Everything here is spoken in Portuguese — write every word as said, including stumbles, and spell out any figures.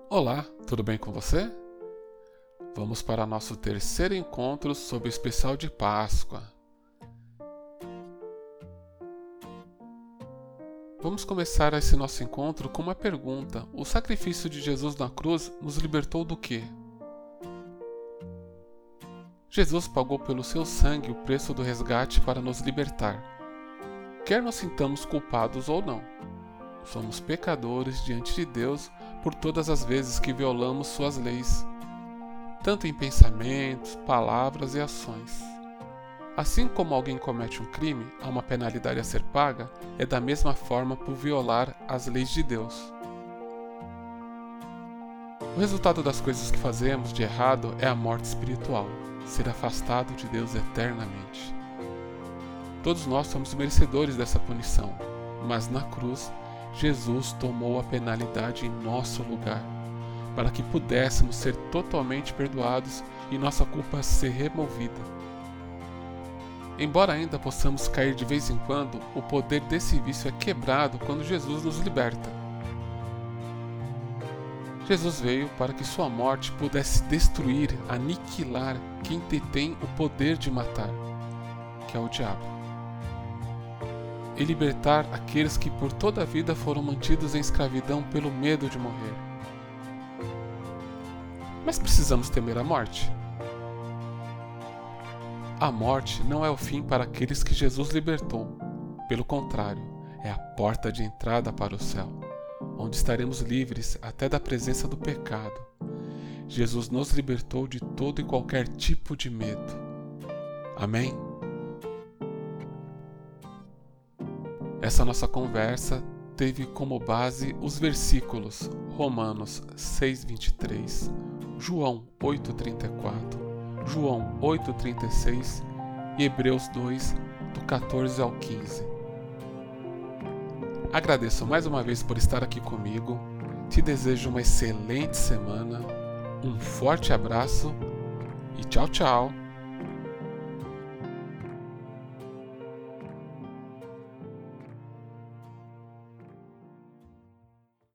Olá, tudo bem com você? Vamos para nosso terceiro encontro sobre o especial de Páscoa. Vamos começar esse nosso encontro com uma pergunta. O sacrifício de Jesus na cruz nos libertou do quê? Jesus pagou pelo seu sangue o preço do resgate para nos libertar. Quer nos sintamos culpados ou não, somos pecadores diante de Deus por todas as vezes que violamos suas leis, tanto em pensamentos, palavras e ações. Assim como alguém comete um crime, há uma penalidade a ser paga, é da mesma forma por violar as leis de Deus. O resultado das coisas que fazemos de errado é a morte espiritual, ser afastado de Deus eternamente. Todos nós somos merecedores dessa punição, mas na cruz, Jesus tomou a penalidade em nosso lugar, para que pudéssemos ser totalmente perdoados e nossa culpa ser removida. Embora ainda possamos cair de vez em quando, o poder desse vício é quebrado quando Jesus nos liberta. Jesus veio para que sua morte pudesse destruir, aniquilar quem detém o poder de matar, que é o diabo, e libertar aqueles que por toda a vida foram mantidos em escravidão pelo medo de morrer. Mas precisamos temer a morte? A morte não é o fim para aqueles que Jesus libertou. Pelo contrário, é a porta de entrada para o céu, onde estaremos livres até da presença do pecado. Jesus nos libertou de todo e qualquer tipo de medo. Amém? Essa nossa conversa teve como base os versículos Romanos seis, vinte e três, João oito, trinta e quatro, João oito, trinta e seis e Hebreus dois, do quatorze ao quinze. Agradeço mais uma vez por estar aqui comigo, te desejo uma excelente semana, um forte abraço e tchau, tchau!